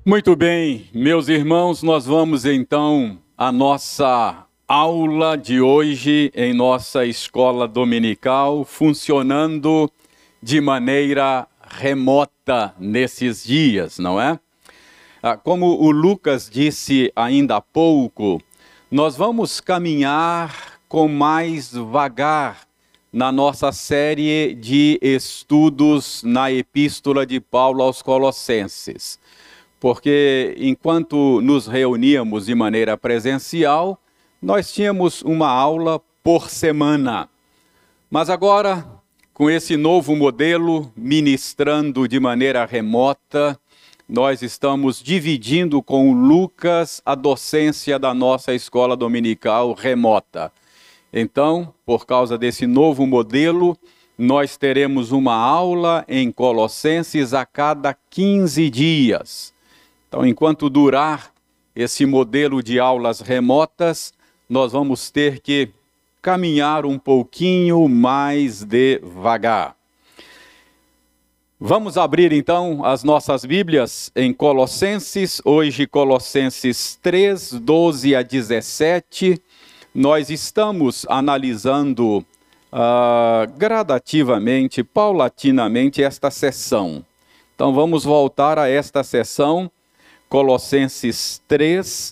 Muito bem, meus irmãos, nós vamos então à nossa aula de hoje em nossa escola dominical, funcionando de maneira remota nesses dias, não é? Como o Lucas disse ainda há pouco, nós vamos caminhar com mais vagar na nossa série de estudos na Epístola de Paulo aos Colossenses. Porque enquanto nos reuníamos de maneira presencial, nós tínhamos uma aula por semana. Mas agora, com esse novo modelo, ministrando de maneira remota, nós estamos dividindo com o Lucas a docência da nossa escola dominical remota. Então, por causa desse novo modelo, nós teremos uma aula em Colossenses a cada 15 dias. Então, enquanto durar esse modelo de aulas remotas, nós vamos ter que caminhar um pouquinho mais devagar. Vamos abrir então as nossas Bíblias em Colossenses, hoje Colossenses 3, 12 a 17. Nós estamos analisando gradativamente, paulatinamente esta sessão. Então vamos voltar a esta sessão, Colossenses 3,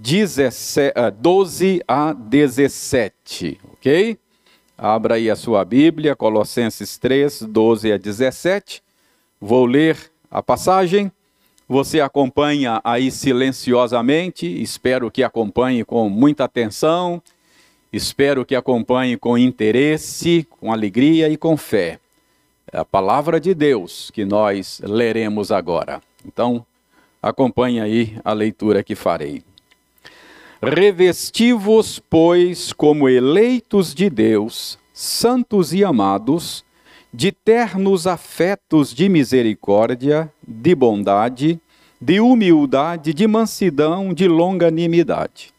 12 a 17, ok? Abra aí a sua Bíblia, Colossenses 3, 12 a 17. Vou ler a passagem. Você acompanha aí silenciosamente, espero que acompanhe com muita atenção, espero que acompanhe com interesse, com alegria e com fé. É a palavra de Deus que nós leremos agora. Então, acompanhe aí a leitura que farei. Revesti-vos, pois, como eleitos de Deus, santos e amados, de ternos afetos de misericórdia, de bondade, de humildade, de mansidão, de longanimidade.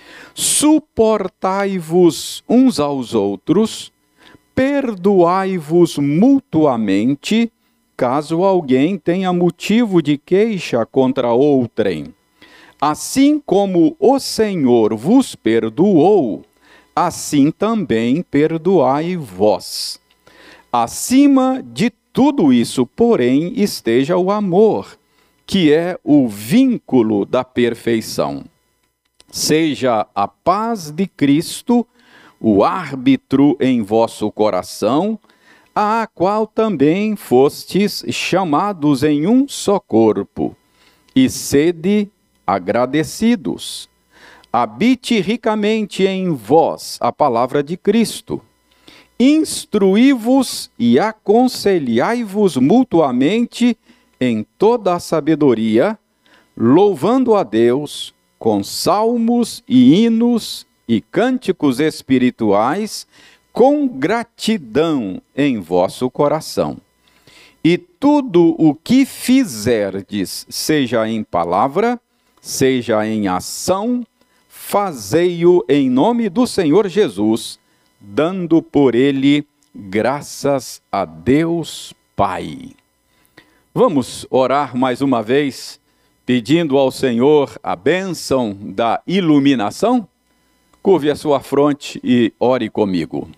Suportai-vos uns aos outros, perdoai-vos mutuamente, caso alguém tenha motivo de queixa contra outrem. Assim como o Senhor vos perdoou, assim também perdoai vós. Acima de tudo isso, porém, esteja o amor, que é o vínculo da perfeição. Seja a paz de Cristo o árbitro em vosso coração, a qual também fostes chamados em um só corpo, e sede agradecidos. Habite ricamente em vós a palavra de Cristo. Instruí-vos e aconselhai-vos mutuamente em toda a sabedoria, louvando a Deus com salmos e hinos e cânticos espirituais, com gratidão em vosso coração. E tudo o que fizerdes, seja em palavra, seja em ação, fazei-o em nome do Senhor Jesus, dando por ele graças a Deus Pai. Vamos orar mais uma vez, pedindo ao Senhor a bênção da iluminação? Curve a sua fronte e ore comigo.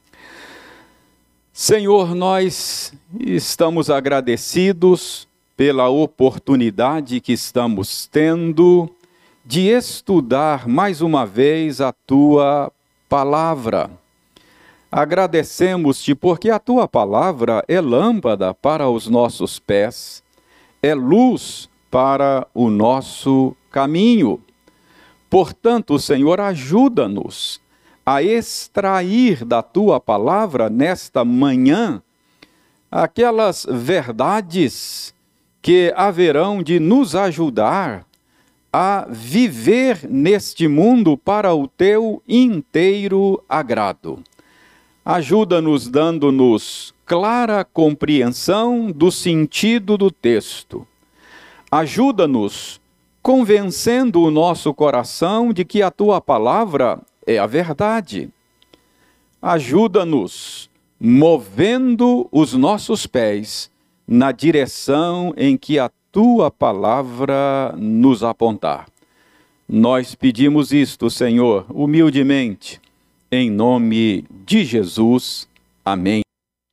Senhor, nós estamos agradecidos pela oportunidade que estamos tendo de estudar mais uma vez a Tua palavra. Agradecemos-te porque a Tua palavra é lâmpada para os nossos pés, é luz para o nosso caminho. Portanto, Senhor, ajuda-nos a extrair da Tua palavra nesta manhã aquelas verdades que haverão de nos ajudar a viver neste mundo para o Teu inteiro agrado. Ajuda-nos dando-nos clara compreensão do sentido do texto. Ajuda-nos convencendo o nosso coração de que a Tua palavra é a verdade. Ajuda-nos movendo os nossos pés na direção em que a tua palavra nos apontar. Nós pedimos isto, Senhor, humildemente, em nome de Jesus. Amém.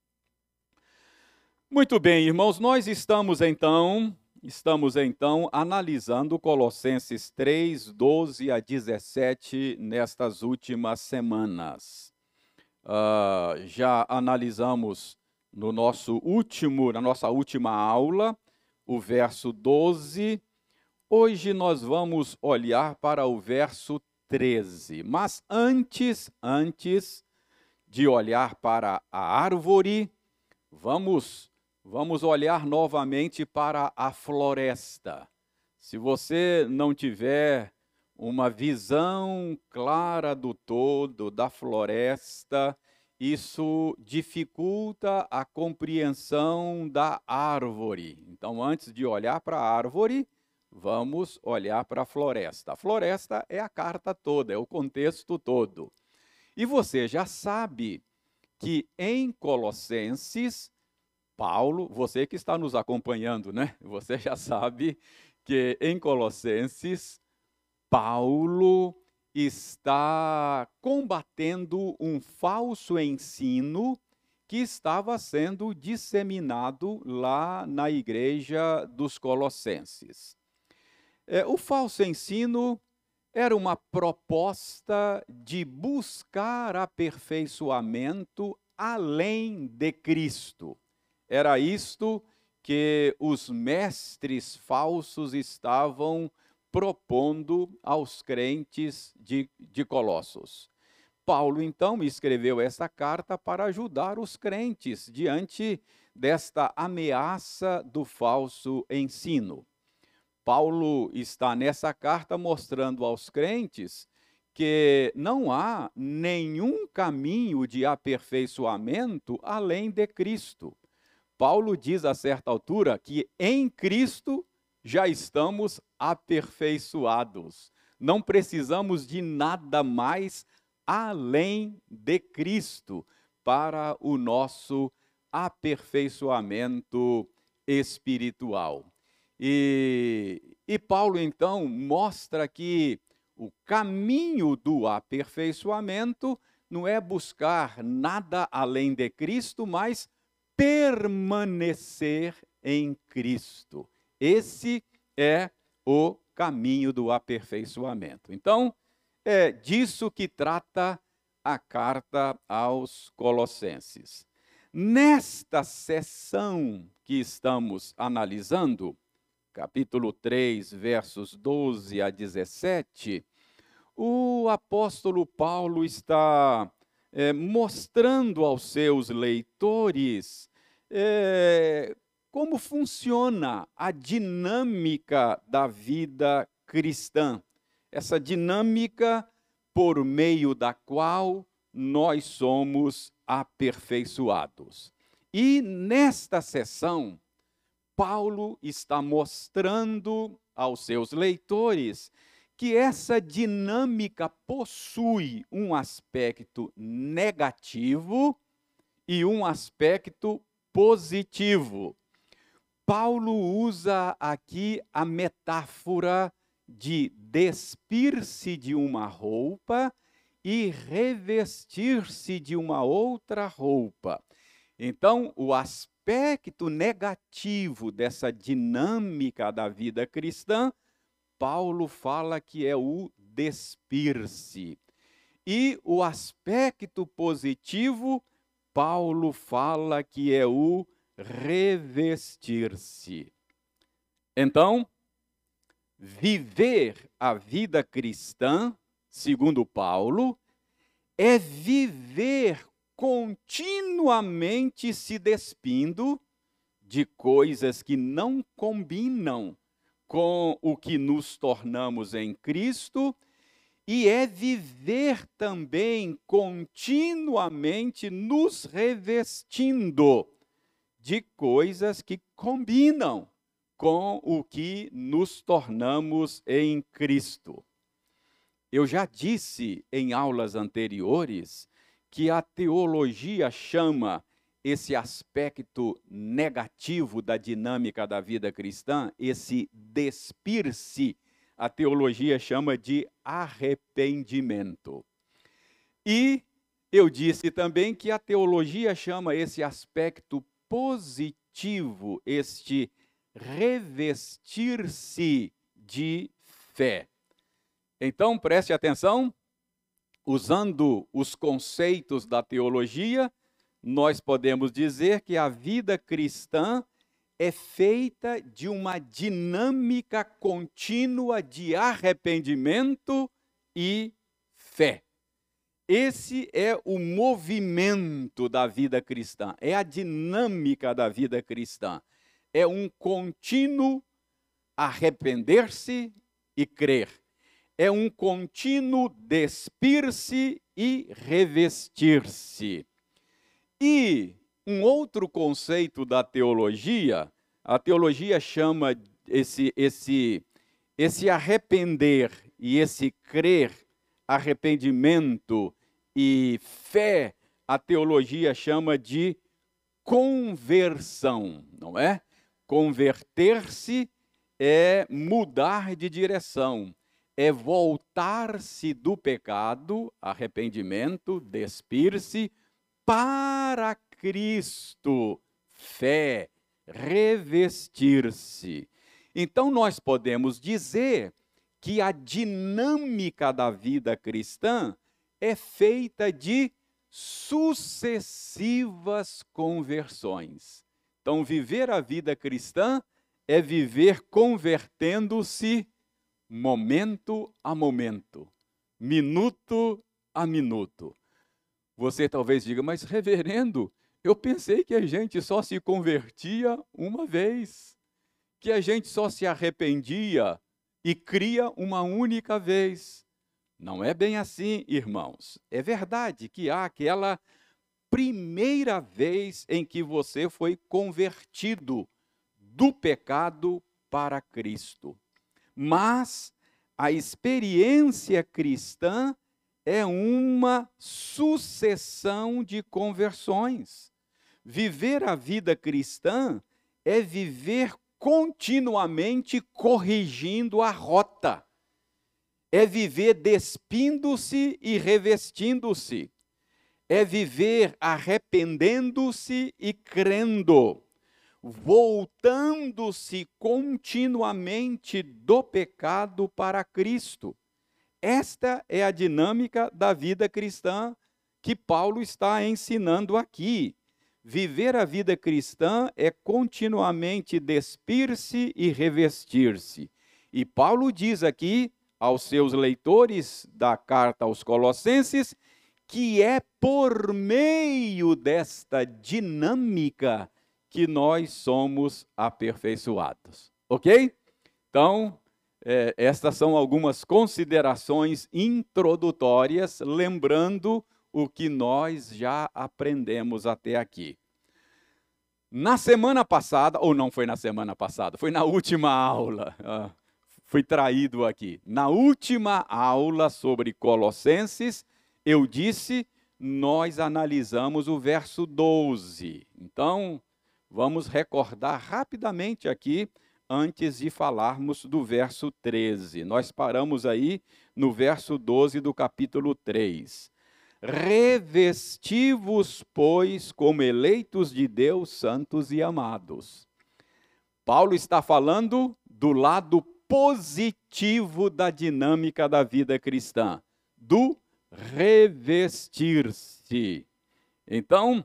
Muito bem, irmãos, nós estamos então analisando Colossenses 3, 12 a 17 nestas últimas semanas. Já analisamos na nossa última aula, o verso 12. Hoje nós vamos olhar para o verso 13. Mas antes de olhar para a árvore, vamos olhar novamente para a floresta. Se você não tiver uma visão clara do todo da floresta, isso dificulta a compreensão da árvore. Então, antes de olhar para a árvore, vamos olhar para a floresta. A floresta é a carta toda, é o contexto todo. E você já sabe que em Colossenses, Paulo, você que está nos acompanhando, né? Você já sabe que em Colossenses, Paulo está combatendo um falso ensino que estava sendo disseminado lá na igreja dos Colossenses. O falso ensino era uma proposta de buscar aperfeiçoamento além de Cristo. Era isto que os mestres falsos estavam propondo aos crentes de Colossos. Paulo, então, escreveu essa carta para ajudar os crentes diante desta ameaça do falso ensino. Paulo está nessa carta mostrando aos crentes que não há nenhum caminho de aperfeiçoamento além de Cristo. Paulo diz a certa altura que em Cristo já estamos aperfeiçoados. Não precisamos de nada mais além de Cristo para o nosso aperfeiçoamento espiritual. E Paulo, então, mostra que o caminho do aperfeiçoamento não é buscar nada além de Cristo, mas permanecer em Cristo. Esse é o caminho do aperfeiçoamento. Então, é disso que trata a carta aos Colossenses. Nesta sessão que estamos analisando, capítulo 3, versos 12 a 17, o apóstolo Paulo está mostrando aos seus leitores como funciona a dinâmica da vida cristã. Essa dinâmica por meio da qual nós somos aperfeiçoados. E nesta sessão, Paulo está mostrando aos seus leitores que essa dinâmica possui um aspecto negativo e um aspecto positivo. Paulo usa aqui a metáfora de despir-se de uma roupa e revestir-se de uma outra roupa. Então, o aspecto negativo dessa dinâmica da vida cristã, Paulo fala que é o despir-se. E o aspecto positivo, Paulo fala que é o revestir-se. Então, viver a vida cristã, segundo Paulo, é viver continuamente se despindo de coisas que não combinam com o que nos tornamos em Cristo, e é viver também continuamente nos revestindo de coisas que combinam com o que nos tornamos em Cristo. Eu já disse em aulas anteriores que a teologia chama esse aspecto negativo da dinâmica da vida cristã, esse despir-se, a teologia chama de arrependimento. E eu disse também que a teologia chama esse aspecto positivo, este revestir-se de fé. Então, preste atenção, usando os conceitos da teologia, nós podemos dizer que a vida cristã é feita de uma dinâmica contínua de arrependimento e fé. Esse é o movimento da vida cristã, é a dinâmica da vida cristã. É um contínuo arrepender-se e crer. É um contínuo despir-se e revestir-se. E um outro conceito da teologia, a teologia chama esse arrepender e esse crer, arrependimento e fé, a teologia chama de conversão, não é? Converter-se é mudar de direção, é voltar-se do pecado, arrependimento, despir-se, para Cristo, fé, revestir-se. Então nós podemos dizer que a dinâmica da vida cristã é feita de sucessivas conversões. Então, viver a vida cristã é viver convertendo-se momento a momento, minuto a minuto. Você talvez diga, mas reverendo, eu pensei que a gente só se convertia uma vez, que a gente só se arrependia e cria uma única vez. Não é bem assim, irmãos. É verdade que há aquela primeira vez em que você foi convertido do pecado para Cristo. Mas a experiência cristã é uma sucessão de conversões. Viver a vida cristã é viver continuamente corrigindo a rota. É viver despindo-se e revestindo-se. É viver arrependendo-se e crendo. Voltando-se continuamente do pecado para Cristo. Esta é a dinâmica da vida cristã que Paulo está ensinando aqui. Viver a vida cristã é continuamente despir-se e revestir-se. E Paulo diz aqui aos seus leitores da carta aos Colossenses que é por meio desta dinâmica que nós somos aperfeiçoados. Ok? Então, estas são algumas considerações introdutórias, lembrando o que nós já aprendemos até aqui. Na semana passada, ou não foi na semana passada, foi na última aula, fui traído aqui. Na última aula sobre Colossenses, eu disse, nós analisamos o verso 12. Então, vamos recordar rapidamente aqui, antes de falarmos do verso 13. Nós paramos aí no verso 12 do capítulo 3. Revesti-vos, pois, como eleitos de Deus, santos e amados. Paulo está falando do lado positivo da dinâmica da vida cristã, do revestir-se. Então,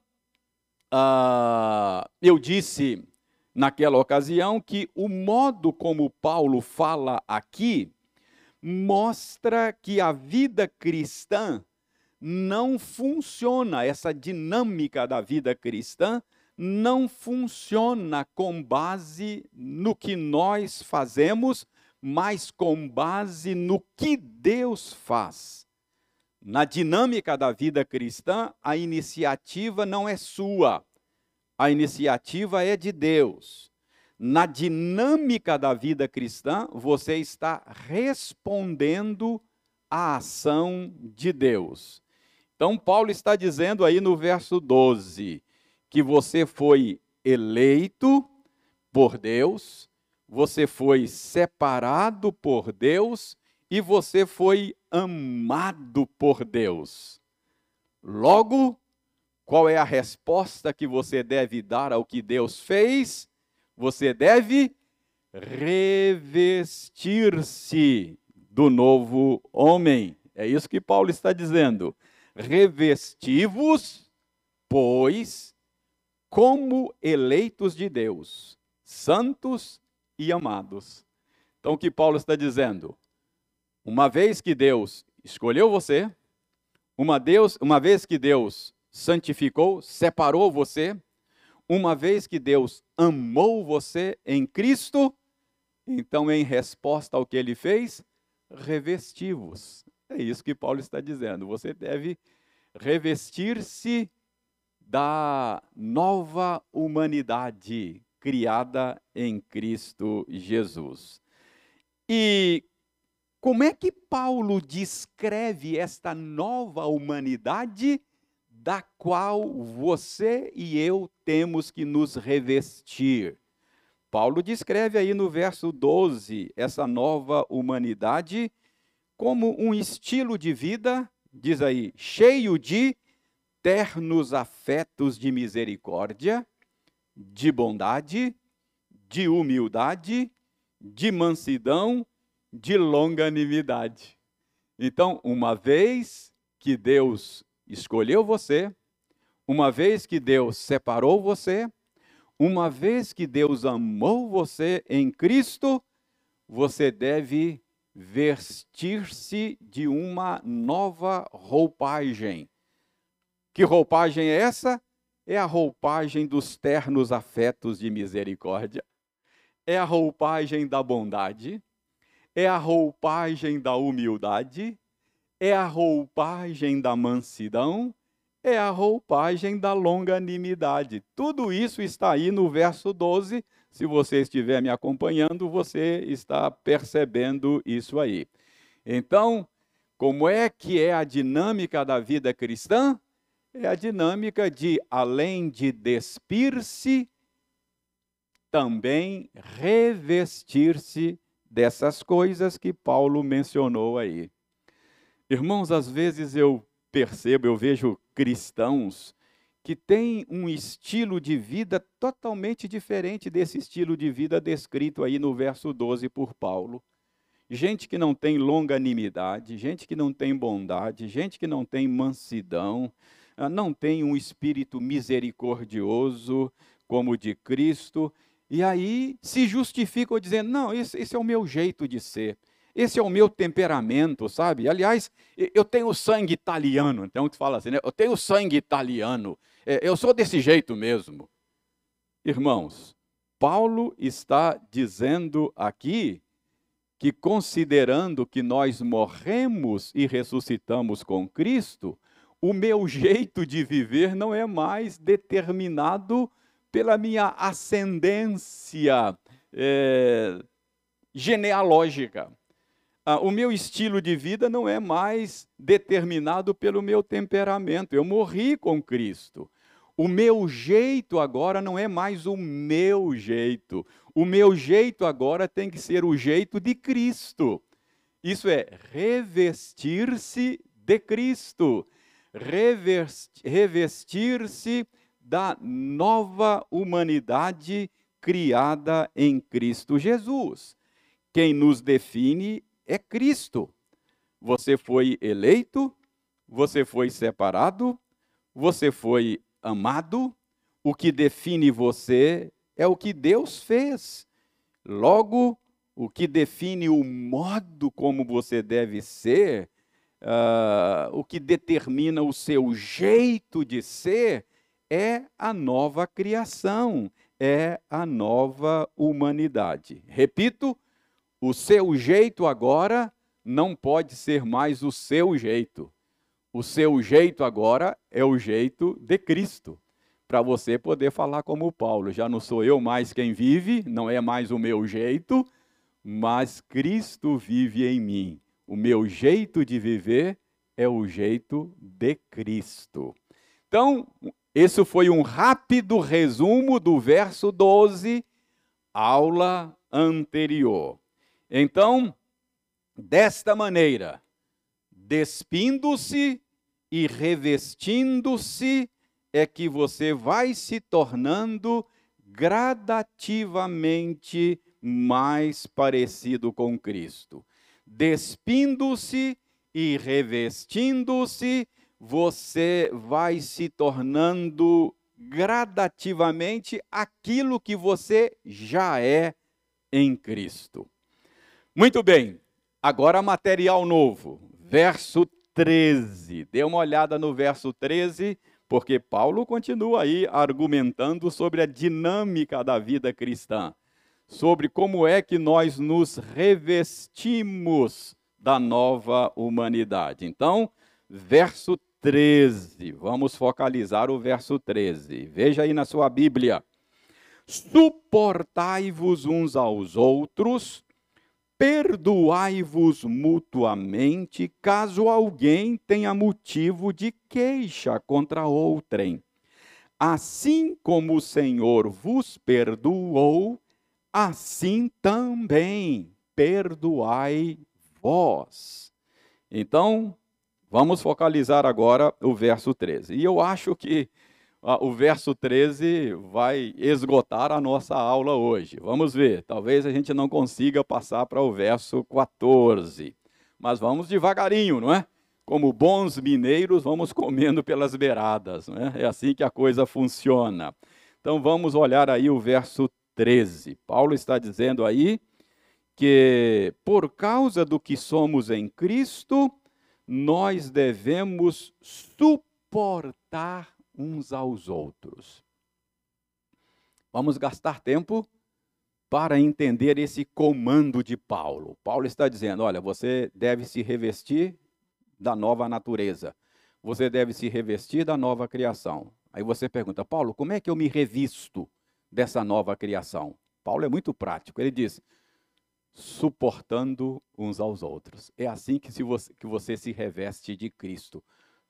eu disse naquela ocasião que o modo como Paulo fala aqui mostra que a vida cristã não funciona, essa dinâmica da vida cristã não funciona com base no que nós fazemos, mas com base no que Deus faz. Na dinâmica da vida cristã, a iniciativa não é sua, a iniciativa é de Deus. Na dinâmica da vida cristã, você está respondendo à ação de Deus. Então, Paulo está dizendo aí no verso 12, que você foi eleito por Deus, você foi separado por Deus e você foi amado por Deus. Logo, qual é a resposta que você deve dar ao que Deus fez? Você deve revestir-se do novo homem. É isso que Paulo está dizendo. Revesti-vos, pois, como eleitos de Deus, santos e amados. Então, o que Paulo está dizendo? Uma vez que Deus escolheu você, uma vez que Deus santificou, separou você, uma vez que Deus amou você em Cristo, então, em resposta ao que ele fez, revesti-vos. É isso que Paulo está dizendo. Você deve revestir-se da nova humanidade criada em Cristo Jesus. E como é que Paulo descreve esta nova humanidade da qual você e eu temos que nos revestir? Paulo descreve aí no verso 12 essa nova humanidade como um estilo de vida, diz aí, cheio de ternos afetos de misericórdia, de bondade, de humildade, de mansidão, de longanimidade. Então, uma vez que Deus escolheu você, uma vez que Deus separou você, uma vez que Deus amou você em Cristo, você deve vestir-se de uma nova roupagem. Que roupagem é essa? É a roupagem dos ternos afetos de misericórdia. É a roupagem da bondade. É a roupagem da humildade. É a roupagem da mansidão. É a roupagem da longanimidade. Tudo isso está aí no verso 12. Se você estiver me acompanhando, você está percebendo isso aí. Então, como é que é a dinâmica da vida cristã? É a dinâmica de, além de despir-se, também revestir-se dessas coisas que Paulo mencionou aí. Irmãos, às vezes eu vejo cristãos que têm um estilo de vida totalmente diferente desse estilo de vida descrito aí no verso 12 por Paulo. Gente que não tem longanimidade, gente que não tem bondade, gente que não tem mansidão, não tem um espírito misericordioso como o de Cristo, e aí se justificam dizendo, não, esse é o meu jeito de ser. Esse é o meu temperamento, sabe? Aliás, eu tenho sangue italiano. Então, que fala assim, né? Eu tenho sangue italiano. Eu sou desse jeito mesmo. Irmãos, Paulo está dizendo aqui que, considerando que nós morremos e ressuscitamos com Cristo, o meu jeito de viver não é mais determinado pela minha ascendência genealógica. O meu estilo de vida não é mais determinado pelo meu temperamento. Eu morri com Cristo. O meu jeito agora não é mais o meu jeito. O meu jeito agora tem que ser o jeito de Cristo. Isso é revestir-se de Cristo. Revestir-se da nova humanidade criada em Cristo Jesus. Quem nos define é Cristo. Você foi eleito, você foi separado, você foi amado. O que define você é o que Deus fez. Logo, o que define o modo como você deve ser, o que determina o seu jeito de ser, é a nova criação, é a nova humanidade. Repito, o seu jeito agora não pode ser mais o seu jeito. O seu jeito agora é o jeito de Cristo. Para você poder falar como Paulo, já não sou eu mais quem vive, não é mais o meu jeito, mas Cristo vive em mim. O meu jeito de viver é o jeito de Cristo. Então, Esse foi um rápido resumo do verso 12, aula anterior. Então, desta maneira, despindo-se e revestindo-se, é que você vai se tornando gradativamente mais parecido com Cristo. Despindo-se e revestindo-se, você vai se tornando gradativamente aquilo que você já é em Cristo. Muito bem, agora material novo, verso 13. Dê uma olhada no verso 13, porque Paulo continua aí argumentando sobre a dinâmica da vida cristã, sobre como é que nós nos revestimos da nova humanidade. Então, verso 13, vamos focalizar o verso 13. Veja aí na sua Bíblia. Suportai-vos uns aos outros, perdoai-vos mutuamente, caso alguém tenha motivo de queixa contra outrem. Assim como o Senhor vos perdoou, assim também perdoai vós. Então, vamos focalizar agora o verso 13. E eu acho que o verso 13 vai esgotar a nossa aula hoje. Vamos ver, talvez a gente não consiga passar para o verso 14. Mas vamos devagarinho, não é? Como bons mineiros, vamos comendo pelas beiradas, não é? É assim que a coisa funciona. Então vamos olhar aí o verso 13. Paulo está dizendo aí que por causa do que somos em Cristo, nós devemos suportar uns aos outros. Vamos gastar tempo para entender esse comando de Paulo. Paulo está dizendo, olha, você deve se revestir da nova natureza. Você deve se revestir da nova criação. Aí você pergunta, Paulo, como é que eu me revisto dessa nova criação? Paulo é muito prático. Ele diz, suportando uns aos outros. É assim que você se reveste de Cristo.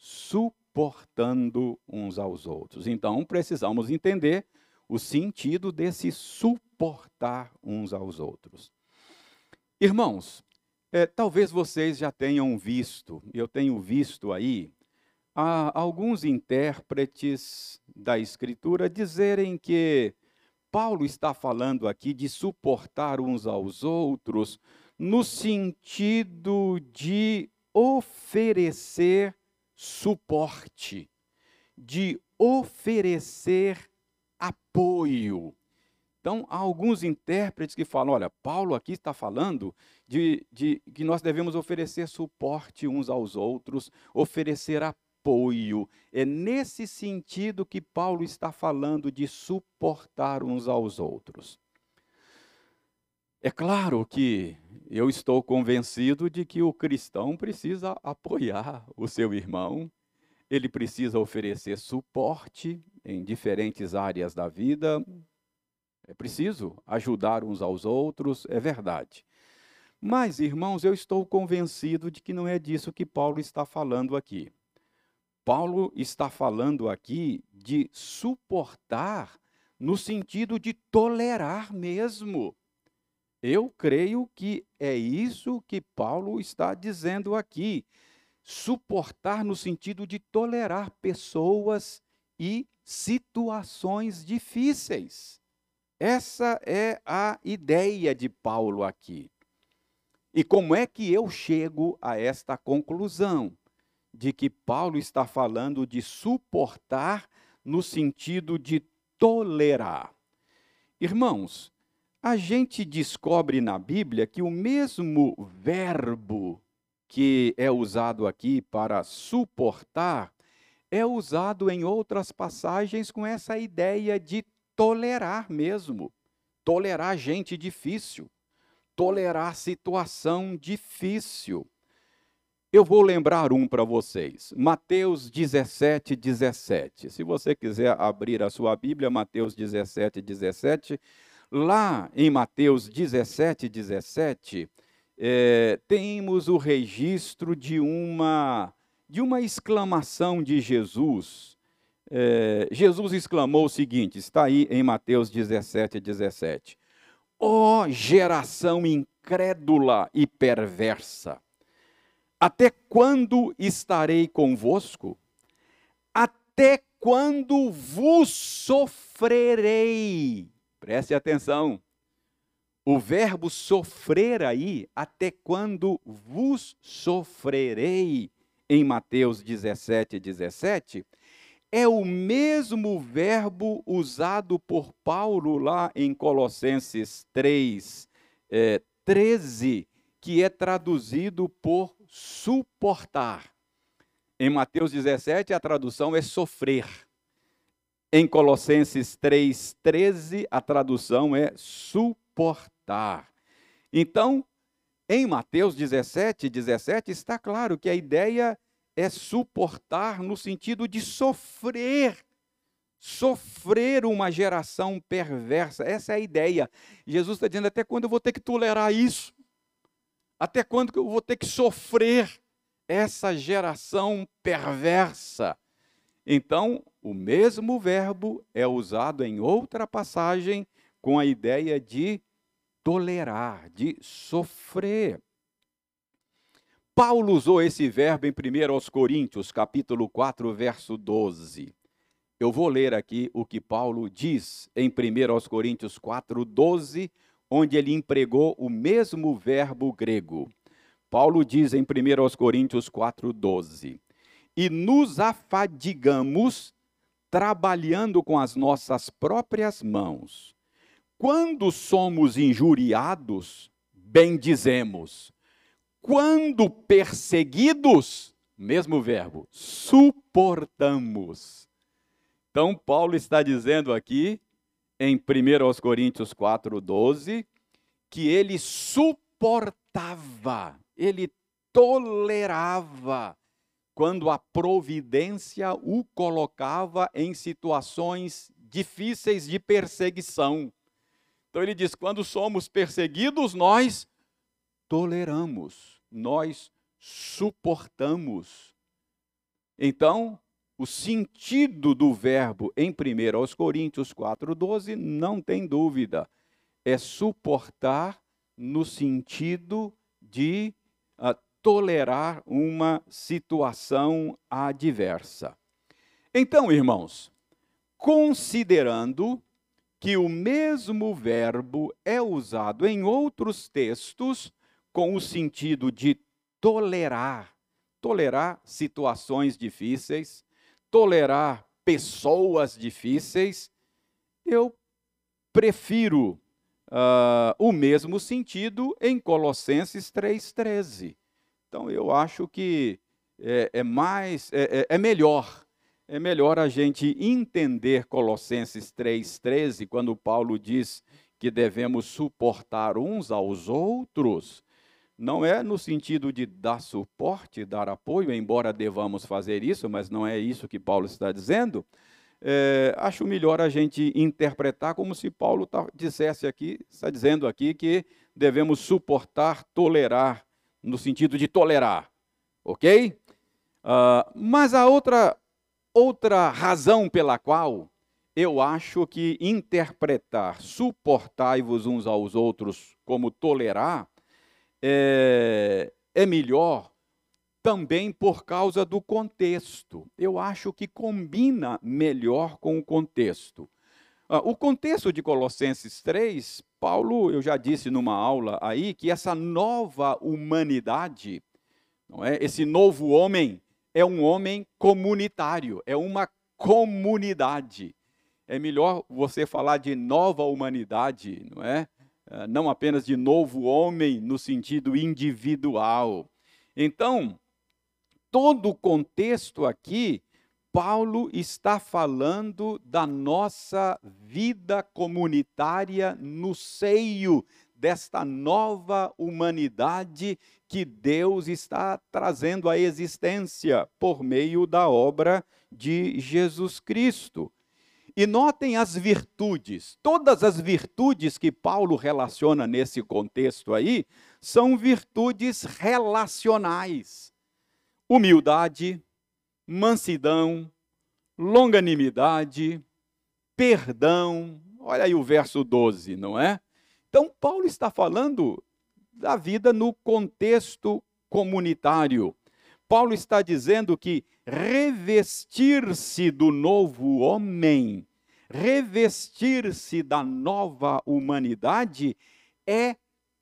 Suportando uns aos outros. Então, precisamos entender o sentido desse suportar uns aos outros. Irmãos, talvez vocês já tenham visto, eu tenho visto aí, alguns intérpretes da Escritura dizerem que Paulo está falando aqui de suportar uns aos outros no sentido de oferecer suporte, de oferecer apoio. Então, há alguns intérpretes que falam, olha, Paulo aqui está falando de que nós devemos oferecer suporte uns aos outros, oferecer apoio. É nesse sentido que Paulo está falando de suportar uns aos outros. É claro que eu estou convencido de que o cristão precisa apoiar o seu irmão, ele precisa oferecer suporte em diferentes áreas da vida, é preciso ajudar uns aos outros, é verdade. Mas, irmãos, eu estou convencido de que não é disso que Paulo está falando aqui. Paulo está falando aqui de suportar no sentido de tolerar mesmo. Eu creio que é isso que Paulo está dizendo aqui. Suportar no sentido de tolerar pessoas e situações difíceis. Essa é a ideia de Paulo aqui. E como é que eu chego a esta conclusão? De que Paulo está falando de suportar no sentido de tolerar. Irmãos, a gente descobre na Bíblia que o mesmo verbo que é usado aqui para suportar é usado em outras passagens com essa ideia de tolerar mesmo. Tolerar gente difícil. Tolerar situação difícil. Eu vou lembrar um para vocês, Mateus 17, 17. Se você quiser abrir a sua Bíblia, Mateus 17, 17. Lá em Mateus 17, 17, temos o registro de uma exclamação de Jesus. Jesus exclamou o seguinte, está aí em Mateus 17:17. Ó geração incrédula e perversa, até quando estarei convosco? Até quando vos sofrerei? Preste atenção. O verbo sofrer aí, até quando vos sofrerei, em Mateus 17:17, é o mesmo verbo usado por Paulo lá em Colossenses 3:13, que é traduzido por suportar. Em Mateus 17, a tradução é sofrer. Em Colossenses 3:13, a tradução é suportar. Então, em Mateus 17:17, está claro que a ideia é suportar no sentido de sofrer. Sofrer uma geração perversa. Essa é a ideia. Jesus está dizendo, até quando eu vou ter que tolerar isso? Até quando eu vou ter que sofrer essa geração perversa? Então, o mesmo verbo é usado em outra passagem com a ideia de tolerar, de sofrer. Paulo usou esse verbo em 1 Coríntios, capítulo 4, verso 12. Eu vou ler aqui o que Paulo diz em 1 Coríntios 4, 12, onde ele empregou o mesmo verbo grego. Paulo diz em 1 Coríntios 4, 12, e nos afadigamos trabalhando com as nossas próprias mãos. Quando somos injuriados, bendizemos. Quando perseguidos, mesmo verbo, suportamos. Então, Paulo está dizendo aqui, em 1 Coríntios 4, 12, que ele suportava, ele tolerava, quando a providência o colocava em situações difíceis de perseguição. Então ele diz, quando somos perseguidos, nós toleramos, nós suportamos. Então, o sentido do verbo em 1 Coríntios 4:12, não tem dúvida, é suportar no sentido de tolerar uma situação adversa. Então, irmãos, considerando que o mesmo verbo é usado em outros textos com o sentido de tolerar situações difíceis, tolerar pessoas difíceis, eu prefiro o mesmo sentido em Colossenses 3:13. Então, eu acho que é melhor a gente entender Colossenses 3:13, quando Paulo diz que devemos suportar uns aos outros. Não é no sentido de dar suporte, dar apoio, embora devamos fazer isso, mas não é isso que Paulo está dizendo. Acho melhor a gente interpretar como se Paulo está dizendo aqui que devemos suportar, tolerar, no sentido de tolerar, ok? Mas a outra razão pela qual eu acho que interpretar suportai-vos uns aos outros como tolerar é melhor também por causa do contexto. Eu acho que combina melhor com o contexto. O contexto de Colossenses 3, Paulo, eu já disse numa aula aí, que essa nova humanidade, não é? Esse novo homem é um homem comunitário, é uma comunidade. É melhor você falar de nova humanidade, não é? Não apenas de novo homem no sentido individual. Então, todo o contexto aqui, Paulo está falando da nossa vida comunitária no seio desta nova humanidade que Deus está trazendo à existência por meio da obra de Jesus Cristo. E notem as virtudes, todas as virtudes que Paulo relaciona nesse contexto aí, são virtudes relacionais. Humildade, mansidão, longanimidade, perdão. Olha aí o verso 12, não é? Então, Paulo está falando da vida no contexto comunitário. Paulo está dizendo que revestir-se do novo homem, revestir-se da nova humanidade, é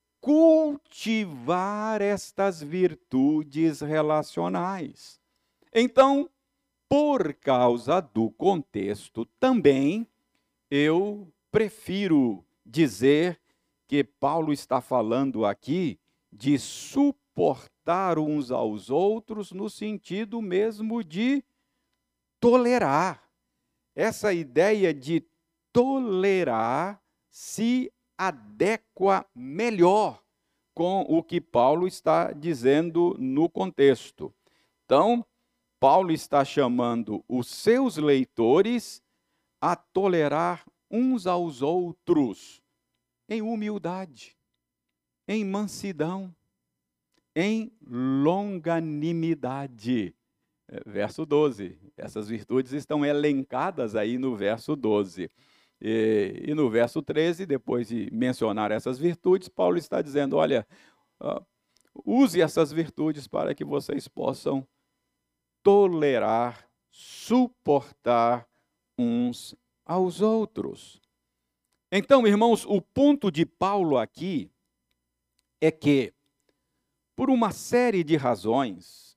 cultivar estas virtudes relacionais. Então, por causa do contexto também, eu prefiro dizer que Paulo está falando aqui de suportar uns aos outros no sentido mesmo de tolerar. Essa ideia de tolerar se adequa melhor com o que Paulo está dizendo no contexto. Então, Paulo está chamando os seus leitores a tolerar uns aos outros em humildade, em mansidão, em longanimidade. Verso 12. Essas virtudes estão elencadas aí no verso 12. E no verso 13, depois de mencionar essas virtudes, Paulo está dizendo, olha, use essas virtudes para que vocês possam tolerar, suportar uns aos outros. Então, irmãos, o ponto de Paulo aqui é que, por uma série de razões,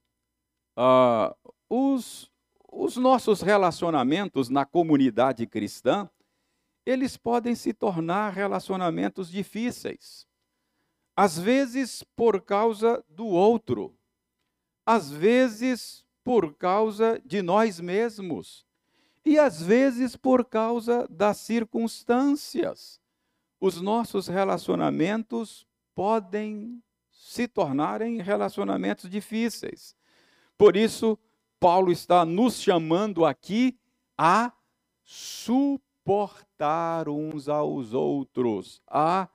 os nossos relacionamentos na comunidade cristã, eles podem se tornar relacionamentos difíceis. Às vezes por causa do outro, às vezes por causa de nós mesmos, e às vezes por causa das circunstâncias. Os nossos relacionamentos podem se tornarem relacionamentos difíceis. Por isso, Paulo está nos chamando aqui a suportar uns aos outros, a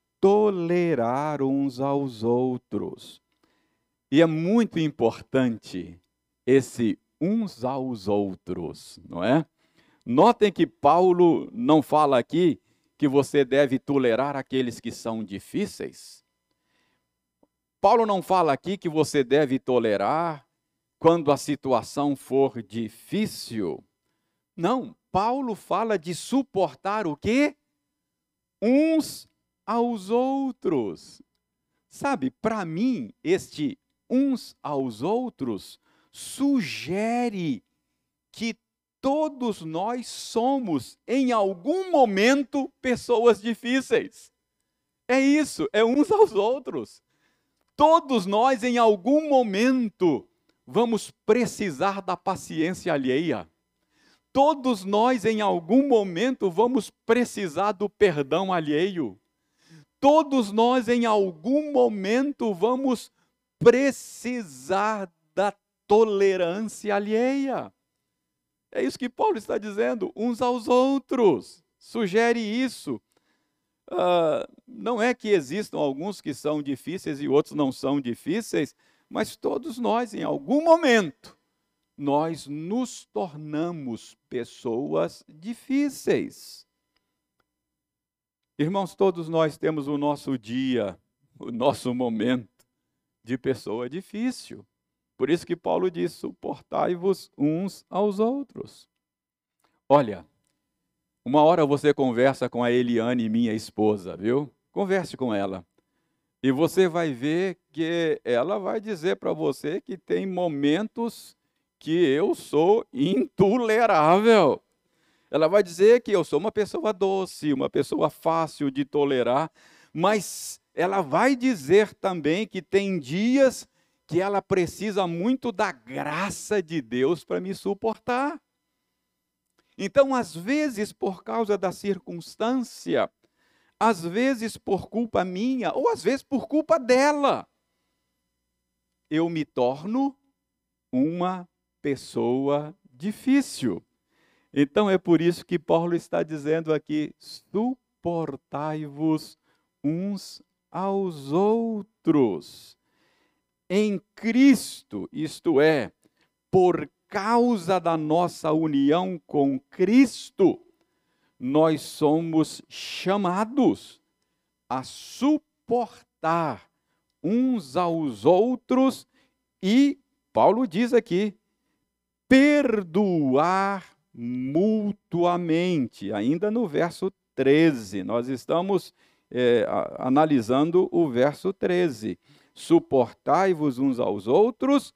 tolerar uns aos outros. E é muito importante esse uns aos outros, não é? Notem que Paulo não fala aqui que você deve tolerar aqueles que são difíceis. Paulo não fala aqui que você deve tolerar quando a situação for difícil. Não, Paulo fala de suportar o quê? Uns aos outros. Sabe, para mim, este uns aos outros sugere que todos nós somos, em algum momento, pessoas difíceis. É isso, é uns aos outros. Todos nós, em algum momento, vamos precisar da paciência alheia. Todos nós, em algum momento, vamos precisar do perdão alheio. Todos nós, em algum momento, vamos precisar da tolerância alheia. É isso que Paulo está dizendo, uns aos outros. Sugere isso. Não é que existam alguns que são difíceis e outros não são difíceis, mas todos nós, em algum momento, nós nos tornamos pessoas difíceis. Irmãos, todos nós temos o nosso dia, o nosso momento de pessoa difícil. Por isso que Paulo diz, suportai-vos uns aos outros. Olha, uma hora você conversa com a Eliane, minha esposa, viu? Converse com ela. E você vai ver que ela vai dizer para você que tem momentos que eu sou intolerável. Ela vai dizer que eu sou uma pessoa doce, uma pessoa fácil de tolerar, mas ela vai dizer também que tem dias que ela precisa muito da graça de Deus para me suportar. Então, às vezes, por causa da circunstância, às vezes por culpa minha, ou às vezes por culpa dela, eu me torno uma pessoa difícil. Então, é por isso que Paulo está dizendo aqui, suportai-vos uns aos outros. Em Cristo, isto é, por causa da nossa união com Cristo, nós somos chamados a suportar uns aos outros e, Paulo diz aqui, perdoar mutuamente. Ainda no verso 13, nós estamos analisando o verso 13. Suportai-vos uns aos outros,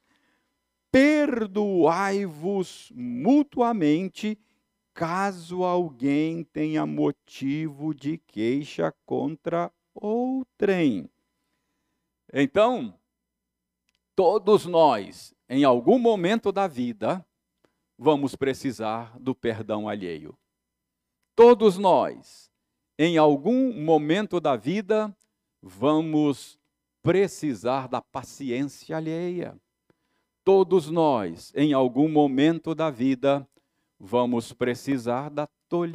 perdoai-vos mutuamente, caso alguém tenha motivo de queixa contra outrem. Então, todos nós, em algum momento da vida, vamos precisar do perdão alheio. Todos nós, em algum momento da vida, vamos precisar da paciência alheia. Todos nós, em algum momento da vida, vamos precisar da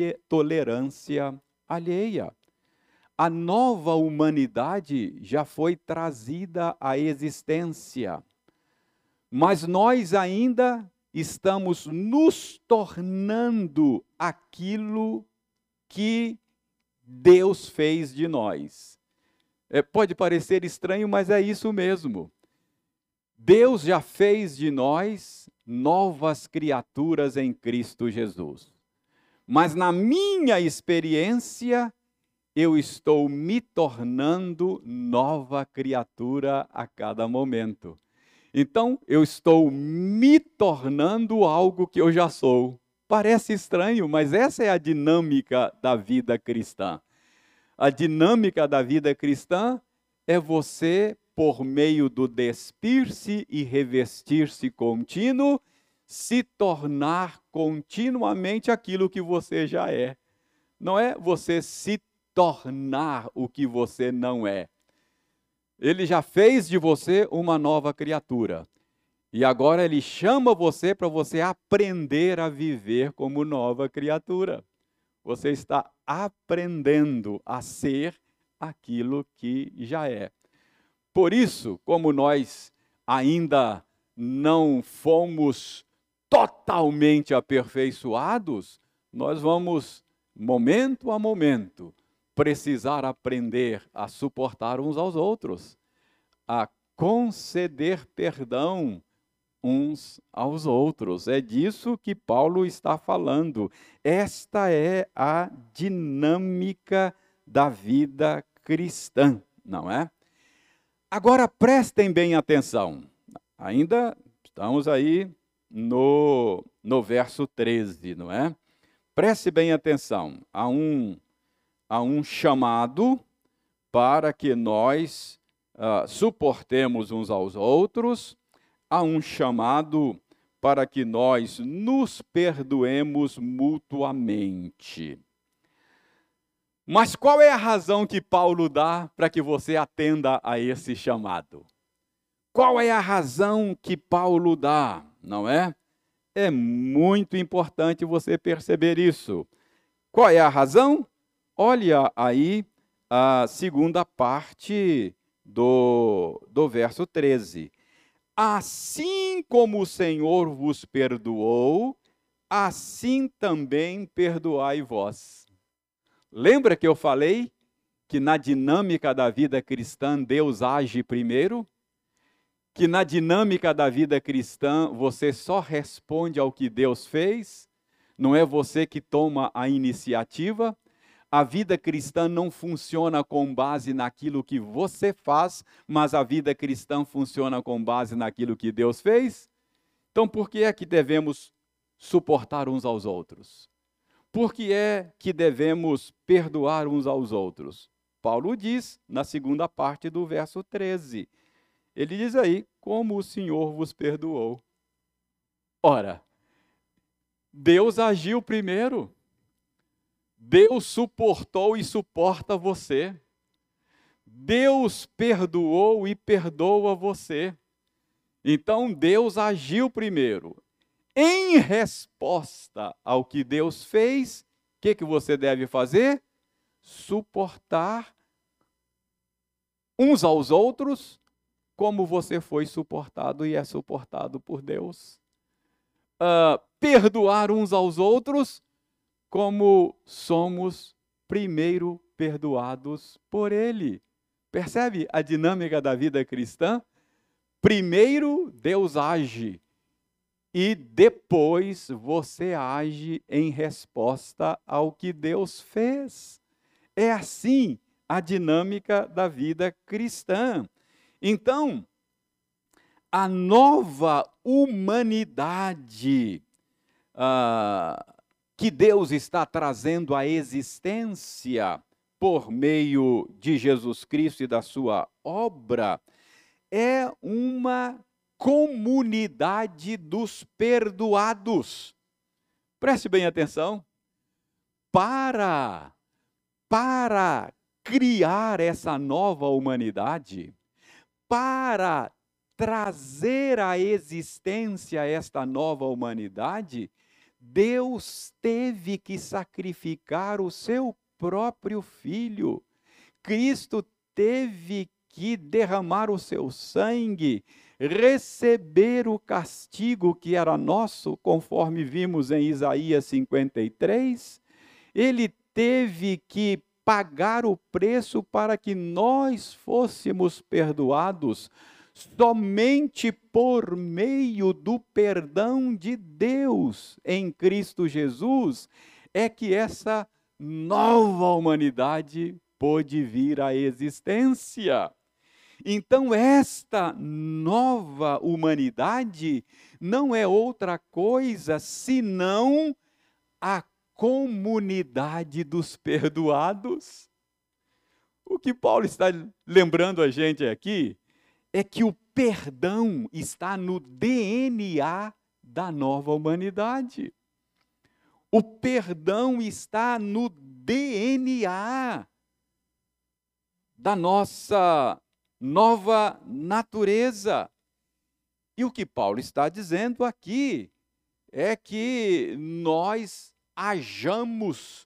tolerância alheia. A nova humanidade já foi trazida à existência, mas nós ainda estamos nos tornando aquilo que Deus fez de nós. Pode parecer estranho, mas é isso mesmo. Deus já fez de nós novas criaturas em Cristo Jesus. Mas na minha experiência, eu estou me tornando nova criatura a cada momento. Então, eu estou me tornando algo que eu já sou. Parece estranho, mas essa é a dinâmica da vida cristã. A dinâmica da vida cristã é você, por meio do despir-se e revestir-se contínuo, se tornar continuamente aquilo que você já é. Não é você se tornar o que você não é. Ele já fez de você uma nova criatura. E agora ele chama você para você aprender a viver como nova criatura. Você está aprendendo a ser aquilo que já é. Por isso, como nós ainda não fomos totalmente aperfeiçoados, nós vamos, momento a momento, precisar aprender a suportar uns aos outros, a conceder perdão uns aos outros. É disso que Paulo está falando. Esta é a dinâmica da vida cristã, não é? Agora prestem bem atenção. Ainda estamos aí no verso 13, não é? Preste bem atenção. Há um chamado para que nós suportemos uns aos outros, há um chamado para que nós nos perdoemos mutuamente. Mas qual é a razão que Paulo dá para que você atenda a esse chamado? Qual é a razão que Paulo dá, não é? É muito importante você perceber isso. Qual é a razão? Olha aí a segunda parte do verso 13. Assim como o Senhor vos perdoou, assim também perdoai vós. Lembra que eu falei que na dinâmica da vida cristã Deus age primeiro? Que na dinâmica da vida cristã você só responde ao que Deus fez? Não é você que toma a iniciativa? A vida cristã não funciona com base naquilo que você faz, mas a vida cristã funciona com base naquilo que Deus fez? Então, por que é que devemos suportar uns aos outros? Por que é que devemos perdoar uns aos outros? Paulo diz na segunda parte do verso 13. Ele diz aí, como o Senhor vos perdoou. Ora, Deus agiu primeiro. Deus suportou e suporta você. Deus perdoou e perdoa você. Então Deus agiu primeiro. Em resposta ao que Deus fez, o que você deve fazer? Suportar uns aos outros como você foi suportado e é suportado por Deus. perdoar uns aos outros, como somos primeiro perdoados por Ele. Percebe a dinâmica da vida cristã? Primeiro Deus age e depois você age em resposta ao que Deus fez. É assim a dinâmica da vida cristã. Então, a nova humanidade que Deus está trazendo à existência por meio de Jesus Cristo e da sua obra, é uma comunidade dos perdoados. Preste bem atenção. Para criar essa nova humanidade, para trazer à existência esta nova humanidade, Deus teve que sacrificar o seu próprio Filho. Cristo teve que derramar o seu sangue, receber o castigo que era nosso, conforme vimos em Isaías 53. Ele teve que pagar o preço para que nós fôssemos perdoados. Somente por meio do perdão de Deus em Cristo Jesus é que essa nova humanidade pôde vir à existência. Então, esta nova humanidade não é outra coisa senão a comunidade dos perdoados. O que Paulo está lembrando a gente aqui é que o perdão está no DNA da nova humanidade. O perdão está no DNA da nossa nova natureza. E o que Paulo está dizendo aqui é que nós hajamos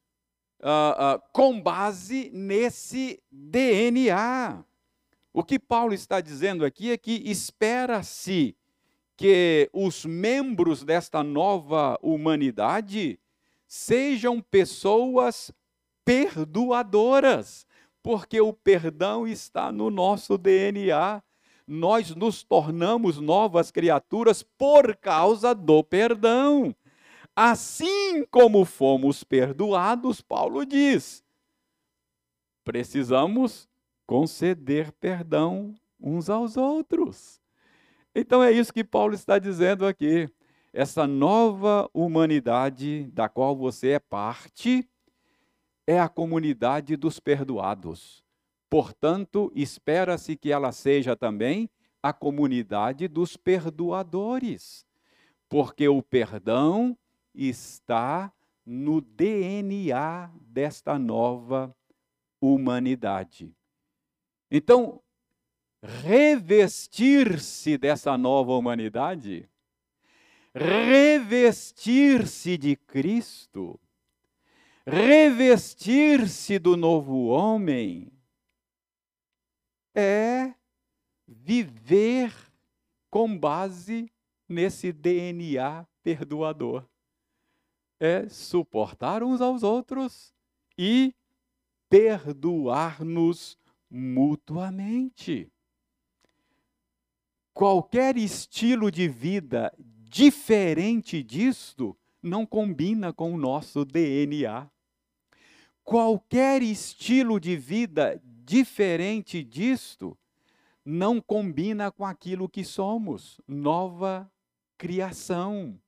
com base nesse DNA. O que Paulo está dizendo aqui é que espera-se que os membros desta nova humanidade sejam pessoas perdoadoras, porque o perdão está no nosso DNA. Nós nos tornamos novas criaturas por causa do perdão. Assim como fomos perdoados, Paulo diz, precisamos conceder perdão uns aos outros. Então é isso que Paulo está dizendo aqui. Essa nova humanidade da qual você é parte é a comunidade dos perdoados. Portanto, espera-se que ela seja também a comunidade dos perdoadores, porque o perdão está no DNA desta nova humanidade. Então, revestir-se dessa nova humanidade, revestir-se de Cristo, revestir-se do novo homem, é viver com base nesse DNA perdoador. É suportar uns aos outros e perdoar-nos mutuamente. Qualquer estilo de vida diferente disto não combina com o nosso DNA. Qualquer estilo de vida diferente disto não combina com aquilo que somos, nova criação.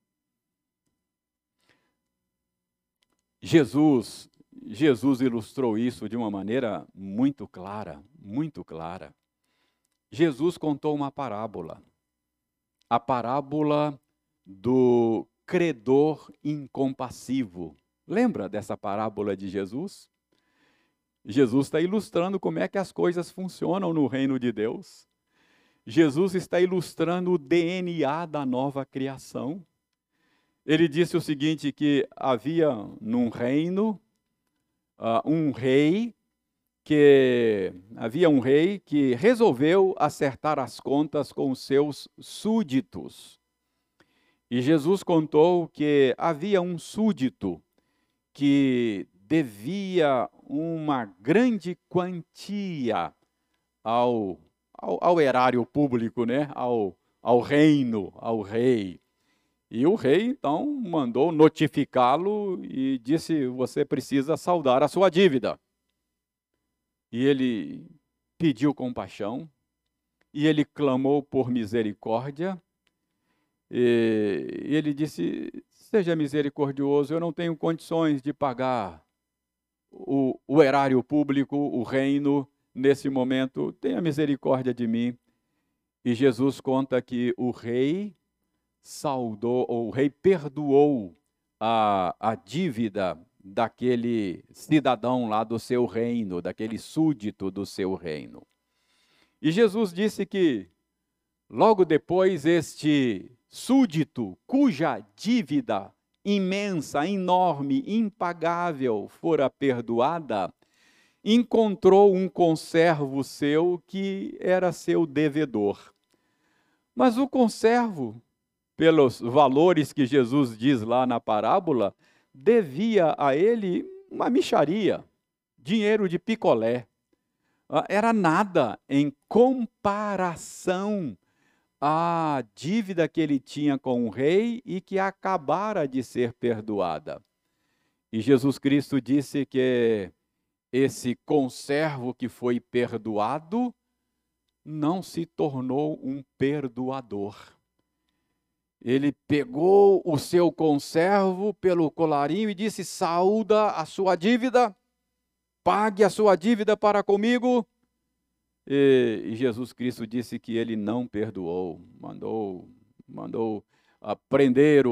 Jesus ilustrou isso de uma maneira muito clara, muito clara. Jesus contou uma parábola, a parábola do credor incompassivo. Lembra dessa parábola de Jesus? Jesus está ilustrando como é que as coisas funcionam no reino de Deus. Jesus está ilustrando o DNA da nova criação. Ele disse o seguinte, que havia num reino um rei que resolveu acertar as contas com os seus súditos. E Jesus contou que havia um súdito que devia uma grande quantia ao erário público, né? ao reino, ao rei. E o rei, então, mandou notificá-lo e disse: você precisa saldar a sua dívida. E ele pediu compaixão, e ele clamou por misericórdia, e ele disse: seja misericordioso, eu não tenho condições de pagar o erário público, o reino, nesse momento, tenha misericórdia de mim. E Jesus conta que o rei saldou, ou o rei perdoou a dívida daquele cidadão lá do seu reino, daquele súdito do seu reino. E Jesus disse que, logo depois, este súdito, cuja dívida imensa, enorme, impagável fora perdoada, encontrou um conservo seu que era seu devedor. Mas o conservo, pelos valores que Jesus diz lá na parábola, devia a ele uma mixaria, dinheiro de picolé. Era nada em comparação à dívida que ele tinha com o rei e que acabara de ser perdoada. E Jesus Cristo disse que esse conservo que foi perdoado não se tornou um perdoador. Ele pegou o seu conservo pelo colarinho e disse: saúda a sua dívida, pague a sua dívida para comigo. E Jesus Cristo disse que ele não perdoou, mandou prender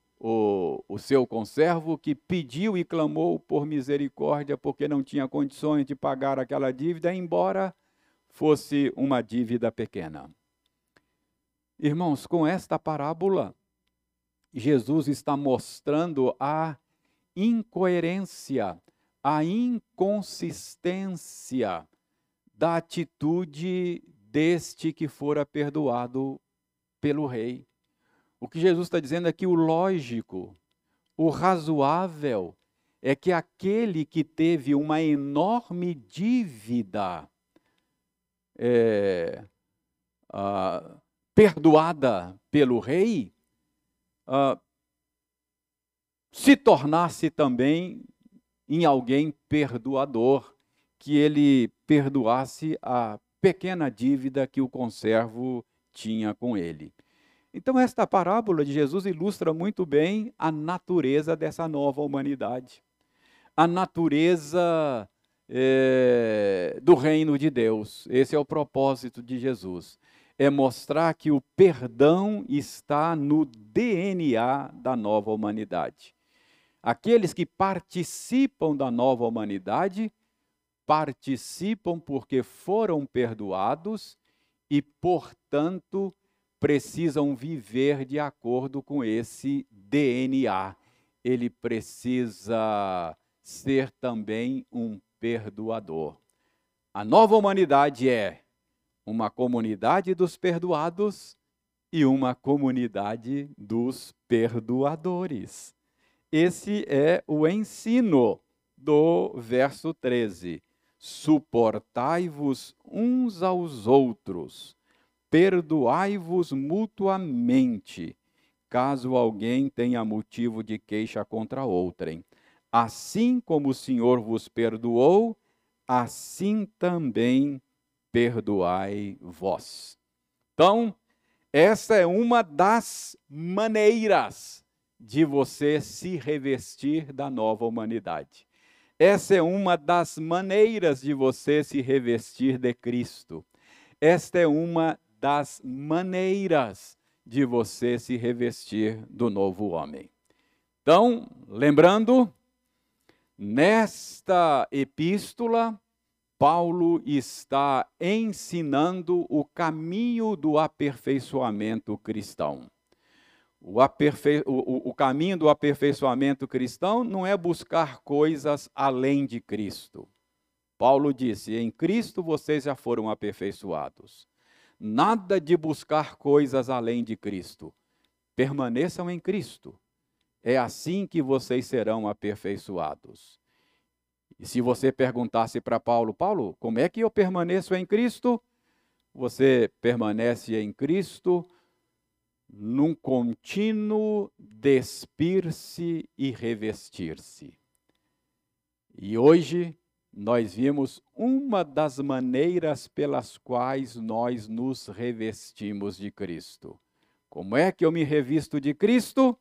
o seu conservo, que pediu e clamou por misericórdia porque não tinha condições de pagar aquela dívida, embora fosse uma dívida pequena. Irmãos, com esta parábola, Jesus está mostrando a incoerência, a inconsistência da atitude deste que fora perdoado pelo rei. O que Jesus está dizendo é que o lógico, o razoável, é que aquele que teve uma enorme dívida perdoada pelo rei, se tornasse também em alguém perdoador, que ele perdoasse a pequena dívida que o conservo tinha com ele. Então, esta parábola de Jesus ilustra muito bem a natureza dessa nova humanidade, a natureza do reino de Deus. Esse é o propósito de Jesus, é mostrar que o perdão está no DNA da nova humanidade. Aqueles que participam da nova humanidade participam porque foram perdoados e, portanto, precisam viver de acordo com esse DNA. Ele precisa ser também um perdoador. A nova humanidade é uma comunidade dos perdoados e uma comunidade dos perdoadores. Esse é o ensino do verso 13. Suportai-vos uns aos outros, perdoai-vos mutuamente, caso alguém tenha motivo de queixa contra outrem. Assim como o Senhor vos perdoou, assim também perdoai vós. Então, essa é uma das maneiras de você se revestir da nova humanidade. Essa é uma das maneiras de você se revestir de Cristo. Esta é uma das maneiras de você se revestir do novo homem. Então, lembrando, nesta epístola, Paulo está ensinando o caminho do aperfeiçoamento cristão. O caminho do aperfeiçoamento cristão não é buscar coisas além de Cristo. Paulo disse: em Cristo vocês já foram aperfeiçoados. Nada de buscar coisas além de Cristo. permaneçam em Cristo. É assim que vocês serão aperfeiçoados. E se você perguntasse para Paulo, Paulo, como é que eu permaneço em Cristo? Você permanece em Cristo num contínuo despir-se e revestir-se. E hoje nós vimos uma das maneiras pelas quais nós nos revestimos de Cristo. Como é que eu me revisto de Cristo?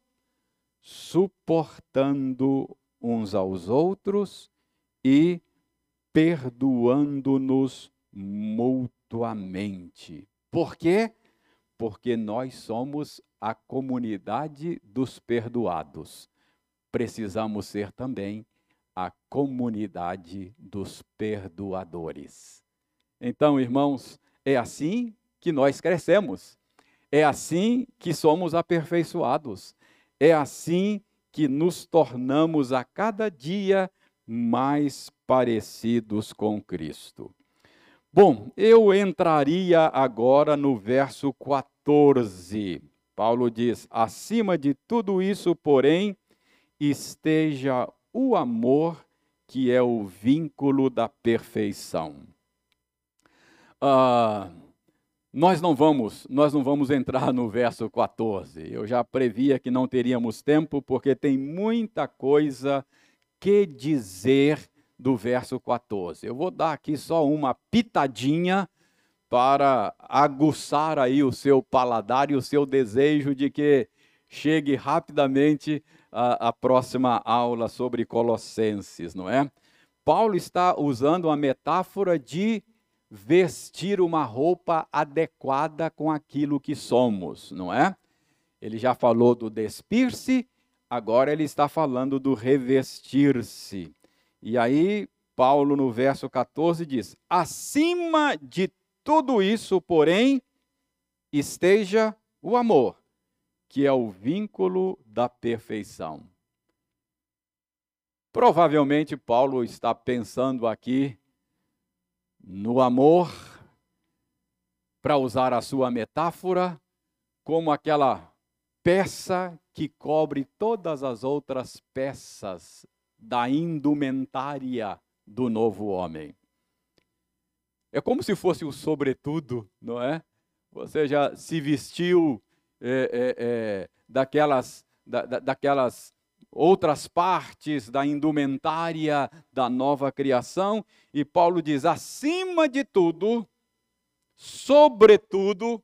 Suportando uns aos outros e perdoando-nos mutuamente. Por quê? Porque nós somos a comunidade dos perdoados. Precisamos ser também a comunidade dos perdoadores. Então, irmãos, é assim que nós crescemos. É assim que somos aperfeiçoados. É assim que nos tornamos a cada dia mais parecidos com Cristo. Bom, eu entraria agora no verso 14. Paulo diz: acima de tudo isso, porém, esteja o amor, que é o vínculo da perfeição. Nós não vamos entrar no verso 14. Eu já previa que não teríamos tempo, porque tem muita coisa que dizer do verso 14. Eu vou dar aqui só uma pitadinha para aguçar aí o seu paladar e o seu desejo de que chegue rapidamente a próxima aula sobre Colossenses, não é? Paulo está usando uma metáfora de vestir uma roupa adequada com aquilo que somos, não é? Ele já falou do despir-se, agora ele está falando do revestir-se. E aí, Paulo, no verso 14, diz: acima de tudo isso, porém, esteja o amor, que é o vínculo da perfeição. Provavelmente, Paulo está pensando aqui no amor, para usar a sua metáfora, como aquela peça que cobre todas as outras peças da indumentária do novo homem. É como se fosse o sobretudo, não é? Você já se vestiu daquelas outras partes da indumentária da nova criação, e Paulo diz: acima de tudo, sobretudo,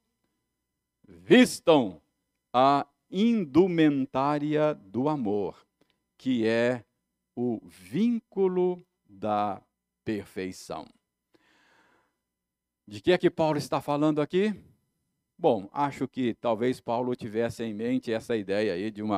vistam a indumentária do amor, que é o vínculo da perfeição. De que é que Paulo está falando aqui? Bom, acho que talvez Paulo tivesse em mente essa ideia aí de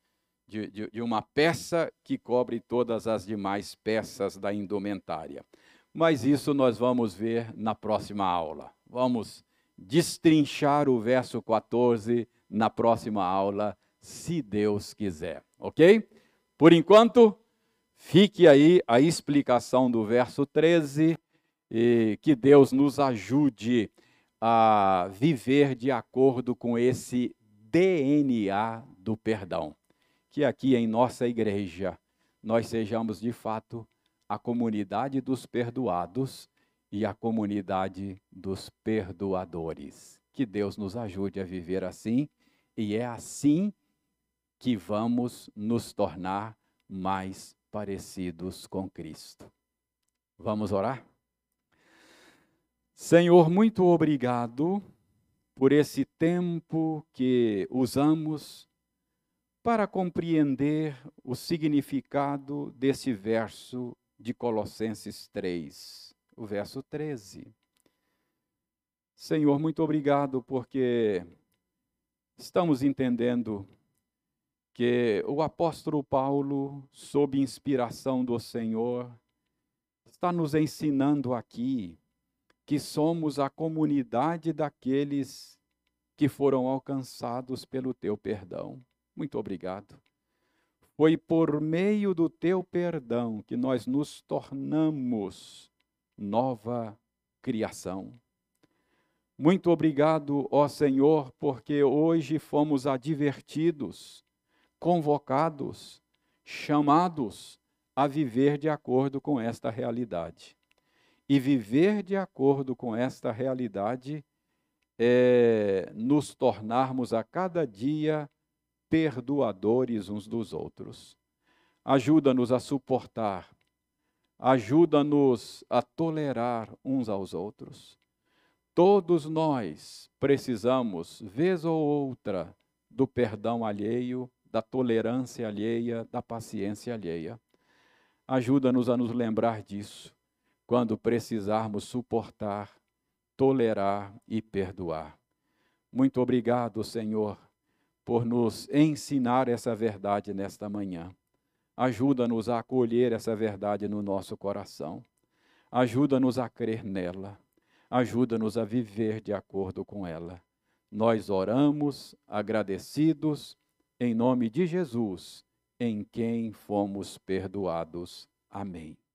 uma peça que cobre todas as demais peças da indumentária. Mas isso nós vamos ver na próxima aula. Vamos destrinchar o verso 14 na próxima aula, se Deus quiser, ok? Por enquanto, fique aí a explicação do verso 13 e que Deus nos ajude a viver de acordo com esse DNA do perdão. Que aqui em nossa igreja nós sejamos de fato a comunidade dos perdoados e a comunidade dos perdoadores. Que Deus nos ajude a viver assim, e é assim que vamos nos tornar mais parecidos com Cristo. Vamos orar? Senhor, muito obrigado por esse tempo que usamos para compreender o significado desse verso de Colossenses 3, o verso 13. Senhor, muito obrigado porque estamos entendendo que o apóstolo Paulo, sob inspiração do Senhor, está nos ensinando aqui que somos a comunidade daqueles que foram alcançados pelo teu perdão. Muito obrigado. Foi por meio do teu perdão que nós nos tornamos nova criação. Muito obrigado, ó Senhor, porque hoje fomos advertidos, convocados, chamados a viver de acordo com esta realidade. E viver de acordo com esta realidade é nos tornarmos a cada dia perdoadores uns dos outros. Ajuda-nos a suportar, ajuda-nos a tolerar uns aos outros. Todos nós precisamos, vez ou outra, do perdão alheio, da tolerância alheia, da paciência alheia. Ajuda-nos a nos lembrar disso, quando precisarmos suportar, tolerar e perdoar. Muito obrigado, Senhor, por nos ensinar essa verdade nesta manhã. Ajuda-nos a acolher essa verdade no nosso coração. Ajuda-nos a crer nela. Ajuda-nos a viver de acordo com ela. Nós oramos agradecidos em nome de Jesus, em quem fomos perdoados. Amém.